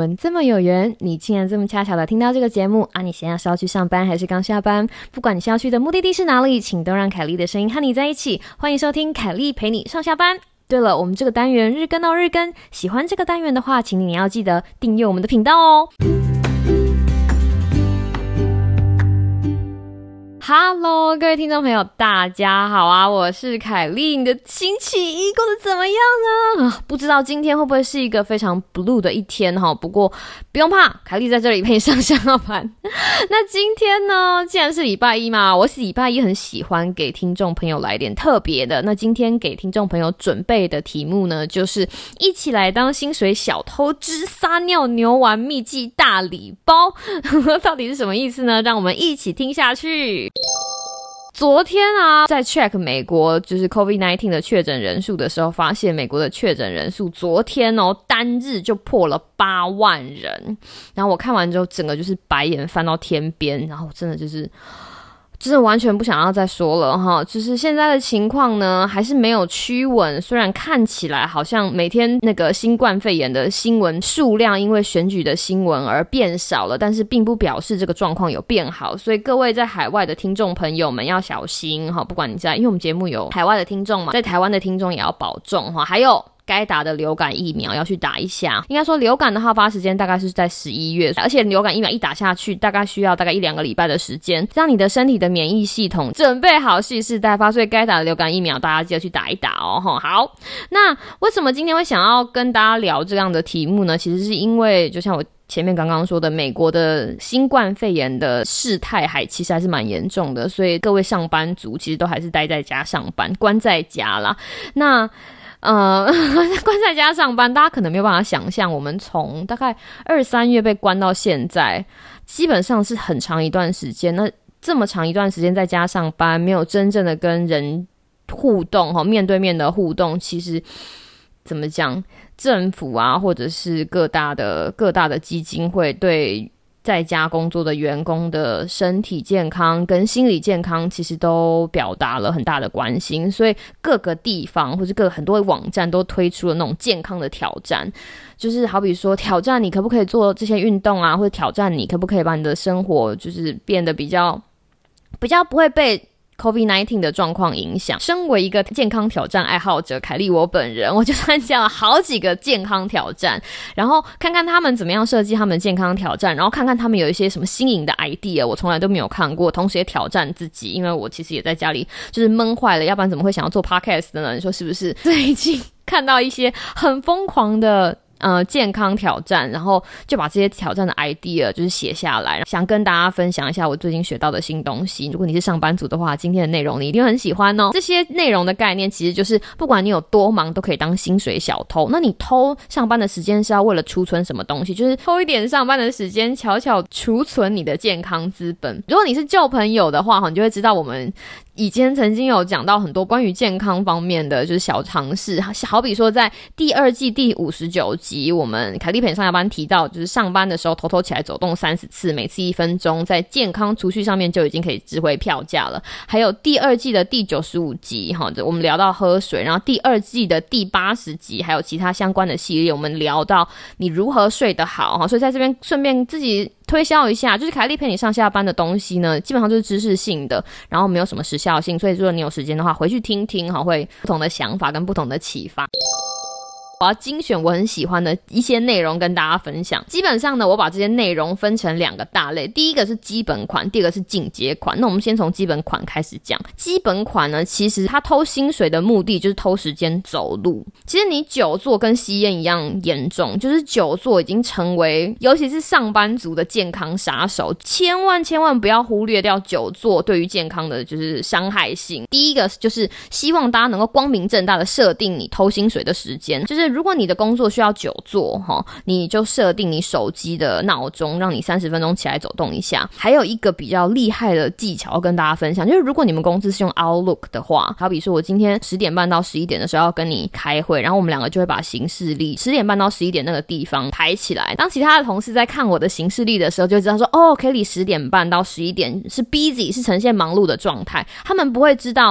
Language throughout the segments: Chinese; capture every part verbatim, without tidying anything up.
们这么有缘，你竟然这么恰巧的听到这个节目啊！你现在是要去上班还是刚下班？不管你是要去的目的地是哪里，请都让凯莉的声音和你在一起。欢迎收听凯莉陪你上下班。对了，我们这个单元日更到日更，喜欢这个单元的话，请你要记得订阅我们的频道哦。Hello， 各位听众朋友，大家好啊！我是凯莉，你的星期一过得怎么样呢？啊，不知道今天会不会是一个非常 blue 的一天哈？不过不用怕，凯莉在这里陪你上下班。那今天呢，既然是礼拜一嘛，我是礼拜一很喜欢给听众朋友来点特别的。那今天给听众朋友准备的题目呢，就是一起来当薪水小偷之撒尿牛丸秘籍大礼包。到底是什么意思呢？让我们一起听下去。昨天啊，在 check 美国就是 COVID 十九 的确诊人数的时候，发现美国的确诊人数昨天哦单日就破了八万人。然后我看完之后，整个就是白眼翻到天边，然后真的就是真的完全不想要再说了哈，就是现在的情况呢还是没有趋稳，虽然看起来好像每天那个新冠肺炎的新闻数量因为选举的新闻而变少了，但是并不表示这个状况有变好，所以各位在海外的听众朋友们要小心哈，不管你在，因为我们节目有海外的听众嘛，在台湾的听众也要保重哈，还有该打的流感疫苗要去打一下。应该说流感的好发时间大概是在十一月，而且流感疫苗一打下去大概需要大概一两个礼拜的时间，让你的身体的免疫系统准备好蓄势待发，所以该打的流感疫苗大家记得去打一打哦。好，那为什么今天会想要跟大家聊这样的题目呢？其实是因为就像我前面刚刚说的，美国的新冠肺炎的事态还其实还是蛮严重的，所以各位上班族其实都还是待在家上班，关在家啦。那呃，关在家上班，大家可能没有办法想象，我们从大概二三月被关到现在，基本上是很长一段时间。那这么长一段时间在家上班，没有真正的跟人互动，面对面的互动，其实怎么讲，政府啊，或者是各大的各大的基金会对在家工作的员工的身体健康跟心理健康其实都表达了很大的关心，所以各个地方或者各很多网站都推出了那种健康的挑战，就是好比说挑战你可不可以做这些运动啊，或者挑战你可不可以把你的生活就是变得比较比较不会被COVID 十九 的状况影响。身为一个健康挑战爱好者，凯莉我本人我就参加了好几个健康挑战，然后看看他们怎么样设计他们的健康挑战，然后看看他们有一些什么新颖的 idea 我从来都没有看过，同时也挑战自己，因为我其实也在家里就是闷坏了，要不然怎么会想要做 podcast 的呢？你说是不是？最近看到一些很疯狂的呃，健康挑战，然后就把这些挑战的 idea 就是写下来，想跟大家分享一下我最近学到的新东西。如果你是上班族的话，今天的内容你一定很喜欢哦。这些内容的概念其实就是不管你有多忙都可以当薪水小偷。那你偷上班的时间是要为了储存什么东西？就是偷一点上班的时间，悄悄储存你的健康资本。如果你是旧朋友的话，你就会知道我们以前曾经有讲到很多关于健康方面的就是小常识，好比说在第二季第五十九集，我们凯莉陪你上下班提到，就是上班的时候偷偷起来走动三十次，每次一分钟，在健康储蓄上面就已经可以值回票价了。还有第二季的第九十五集，我们聊到喝水，然后第二季的第八十集，还有其他相关的系列，我们聊到你如何睡得好，所以在这边顺便自己推销一下，就是凯莉陪你上下班的东西呢，基本上就是知识性的，然后没有什么时效性，所以如果你有时间的话，回去听听，会不同的想法跟不同的启发。我要精选我很喜欢的一些内容跟大家分享。基本上呢，我把这些内容分成两个大类，第一个是基本款，第二个是进阶款。那我们先从基本款开始讲。基本款呢，其实它偷薪水的目的就是偷时间走路。其实你久坐跟吸烟一样严重，就是久坐已经成为尤其是上班族的健康杀手，千万千万不要忽略掉久坐对于健康的就是伤害性。第一个就是希望大家能够光明正大的设定你偷薪水的时间，就是如果你的工作需要久坐，你就设定你手机的闹钟，让你三十分钟起来走动一下。还有一个比较厉害的技巧要跟大家分享，就是如果你们公司是用 Outlook 的话，好比说我今天十点半到十一点的时候要跟你开会，然后我们两个就会把行事历十点半到十一点那个地方排起来。当其他的同事在看我的行事历的时候，就知道说哦 Kelly 十点半到十一点是 busy， 是呈现忙碌的状态。他们不会知道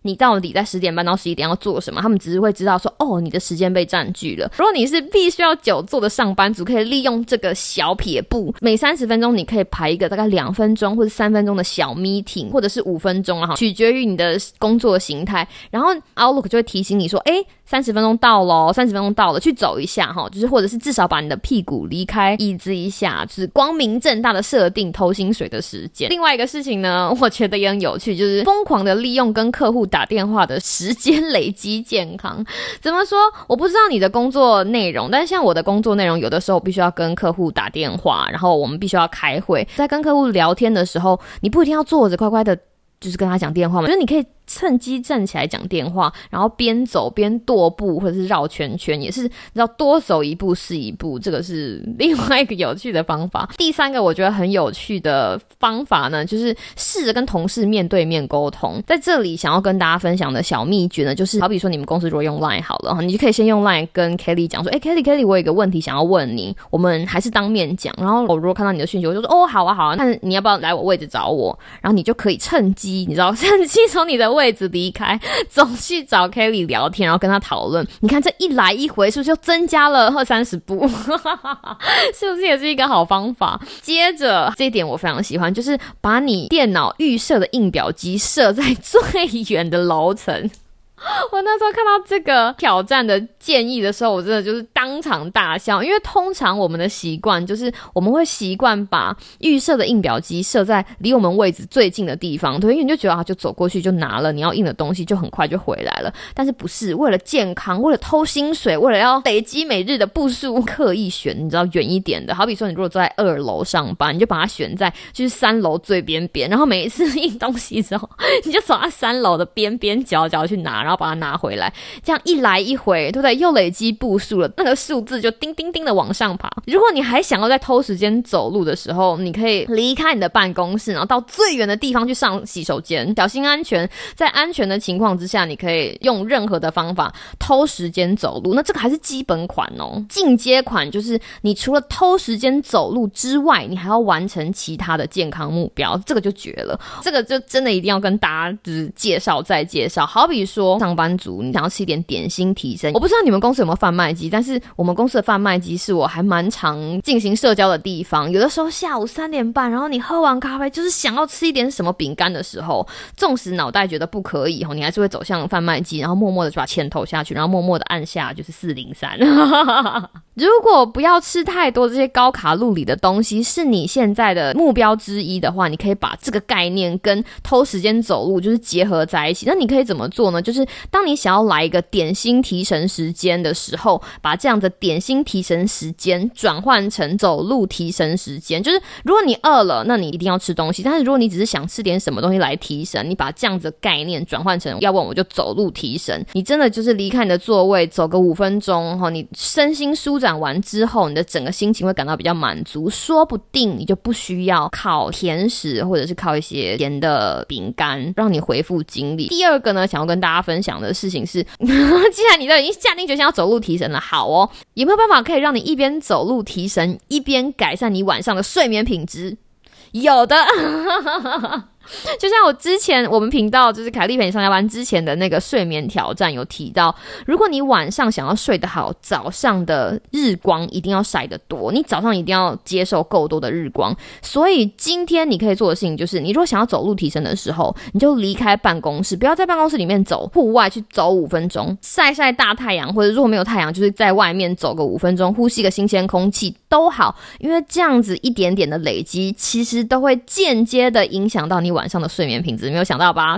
你到底在十点半到十一点要做什么，他们只是会知道说哦你的时间被占据了。如果你是必须要久坐的上班族，可以利用这个小撇步，每三十分钟你可以排一个大概两分钟或者三分钟的小 meeting， 或者是五分钟啦，取决于你的工作形态。然后 Outlook 就会提醒你说诶三十分钟到咯，三十分钟到了，去走一下齁，就是或者是至少把你的屁股离开椅子一下，就是光明正大的设定偷薪水的时间。另外一个事情呢，我觉得也很有趣，就是疯狂的利用跟客户打电话的时间累积健康。怎么说？我不知道你的工作内容，但是像我的工作内容，有的时候必须要跟客户打电话，然后我们必须要开会，在跟客户聊天的时候，你不一定要坐着乖乖的就是跟他讲电话嘛，就是你可以趁机站起来讲电话，然后边走边踱步或者是绕圈圈，也是你知道多走一步是一步，这个是另外一个有趣的方法。第三个我觉得很有趣的方法呢，就是试着跟同事面对面沟通。在这里想要跟大家分享的小秘诀呢，就是好比说你们公司如果用 LINE 好了，你就可以先用 LINE 跟 Kelly 讲说，诶 Kelly Kelly 我有一个问题想要问你，我们还是当面讲，然后我如果看到你的讯息，我就说哦好啊好啊，那你要不要来我位置找我，然后你就可以趁机你知道趁机从你的位置离开，走去找 Kelly 聊天，然后跟他讨论。你看这一来一回是不是就增加了二三十步是不是也是一个好方法？接着这一点我非常喜欢，就是把你电脑预设的印表机设在最远的楼层。我那时候看到这个挑战的建议的时候，我真的就是当场大笑，因为通常我们的习惯就是我们会习惯把预设的印表机设在离我们位置最近的地方，对，因为你就觉得啊，就走过去就拿了你要印的东西，就很快就回来了。但是不是为了健康，为了偷薪水，为了要累积每日的步数，刻意选你知道远一点的。好比说你如果坐在二楼上班，你就把它选在就是三楼最边边，然后每一次印东西之后，你就走到三楼的边边角角去拿，然后把它拿回来，这样一来一回，对不对？又累积步数了，那个数字就叮叮叮的往上爬。如果你还想要在偷时间走路的时候，你可以离开你的办公室，然后到最远的地方去上洗手间，小心安全。在安全的情况之下，你可以用任何的方法偷时间走路。那这个还是基本款哦，进阶款就是你除了偷时间走路之外，你还要完成其他的健康目标，这个就绝了。这个就真的一定要跟大家就是介绍再介绍。好比说上班族你想要吃一点点心提升，我不知道你们公司有没有贩卖机，但是我们公司的贩卖机是我还蛮常进行社交的地方。有的时候下午三点半，然后你喝完咖啡就是想要吃一点什么饼干的时候，纵使脑袋觉得不可以，你还是会走向贩卖机，然后默默的就把钱投下去，然后默默的按下就是四零三如果不要吃太多这些高卡路里的东西是你现在的目标之一的话，你可以把这个概念跟偷时间走路就是结合在一起。那你可以怎么做呢？就是当你想要来一个点心提神时间的时候，把这样的点心提神时间转换成走路提神时间。就是如果你饿了，那你一定要吃东西，但是如果你只是想吃点什么东西来提神，你把这样子的概念转换成要不然我就走路提神。你真的就是离开你的座位走个五分钟，你身心舒展完之后，你的整个心情会感到比较满足，说不定你就不需要靠甜食或者是靠一些甜的饼干让你恢复精力。第二个呢，想要跟大家分享的事情是既然你都已经下定决心要走路提神了，好哦，有没有办法可以让你一边走路提神一边改善你晚上的睡眠品质？有的就像我之前我们频道就是凯莉陪你上下班之前的那个睡眠挑战有提到，如果你晚上想要睡得好，早上的日光一定要晒得多，你早上一定要接受够多的日光。所以今天你可以做的事情就是，你如果想要走路提神的时候，你就离开办公室，不要在办公室里面走，户外去走五分钟，晒晒大太阳，或者如果没有太阳就是在外面走个五分钟，呼吸个新鲜空气都好，因为这样子一点点的累积其实都会间接的影响到你晚上的睡眠品质，没有想到吧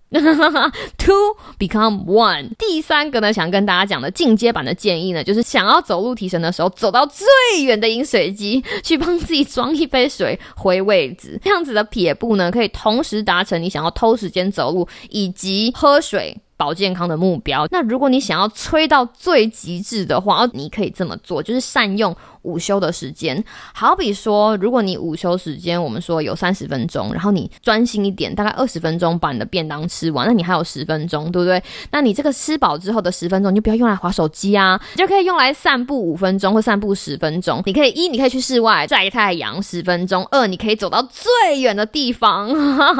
？Two become one。 第三个呢，想跟大家讲的进阶版的建议呢，就是想要走路提神的时候，走到最远的饮水机去帮自己装一杯水回位置。这样子的撇步呢，可以同时达成你想要偷时间走路以及喝水保健康的目标。那如果你想要催到最极致的话，你可以这么做，就是善用午休的时间。好比说，如果你午休时间我们说有三十分钟，然后你专心一点，大概二十分钟把你的便当吃完，那你还有十分钟，对不对？那你这个吃饱之后的十分钟，你就不要用来滑手机啊，你就可以用来散步五分钟或散步十分钟。你可以一，你可以去室外晒太阳十分钟；二，你可以走到最远的地方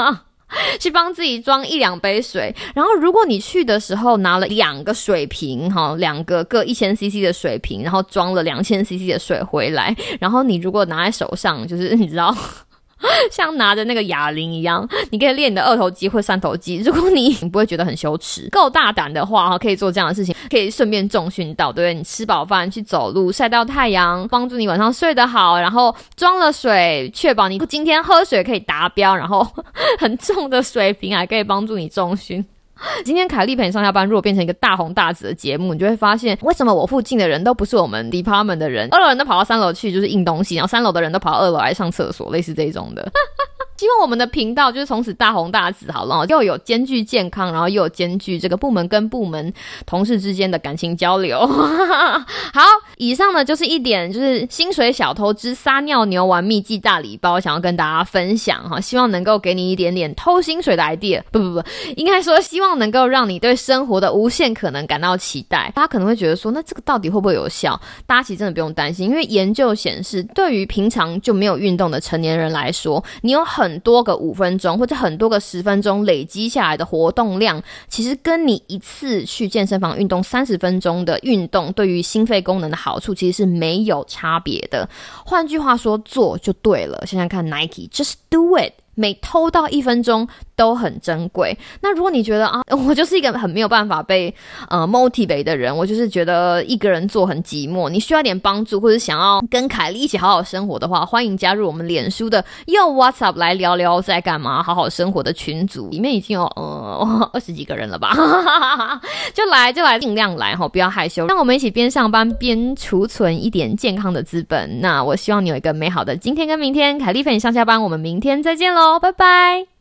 去帮自己装一两杯水，然后如果你去的时候拿了两个水瓶，两个各一千 C C 的水瓶，然后装了两千 C C 的水回来，然后你如果拿在手上，就是你知道像拿着那个哑铃一样，你可以练你的二头肌或三头肌。如果你不会觉得很羞耻，够大胆的话可以做这样的事情，可以顺便重训到，对不对？你吃饱饭去走路，晒到太阳，帮助你晚上睡得好，然后装了水，确保你今天喝水可以达标，然后很重的水瓶还可以帮助你重训。今天凯莉陪你上下班如果变成一个大红大紫的节目，你就会发现为什么我附近的人都不是我们 department 的人，二楼人都跑到三楼去就是印东西，然后三楼的人都跑到二楼来上厕所，类似这种的希望我们的频道就是从此大红大紫好了，又有兼具健康，然后又有兼具这个部门跟部门同事之间的感情交流好，以上呢就是一点就是薪水小偷之撒尿牛丸秘籍大礼包想要跟大家分享哈，希望能够给你一点点偷薪水的 idea， 不不不，应该说希望能够让你对生活的无限可能感到期待。大家可能会觉得说那这个到底会不会有效，大家其实真的不用担心，因为研究显示对于平常就没有运动的成年人来说，你有很很多个五分钟或者很多个十分钟累积下来的活动量，其实跟你一次去健身房运动三十分钟的运动对于心肺功能的好处其实是没有差别的。换句话说，做就对了。想想看 Nike just do it， 每偷到一分钟都很珍贵。那如果你觉得啊，我就是一个很没有办法被呃 motivate 的人，我就是觉得一个人做很寂寞，你需要点帮助，或者想要跟凯莉一起好好生活的话，欢迎加入我们脸书的用 WhatsApp 来聊聊在干嘛好好生活的群组，里面已经有呃二十几个人了吧就来就来，尽量来齁，不要害羞，让我们一起边上班边储存一点健康的资本。那我希望你有一个美好的今天跟明天，凯莉陪你上下班，我们明天再见咯，拜拜。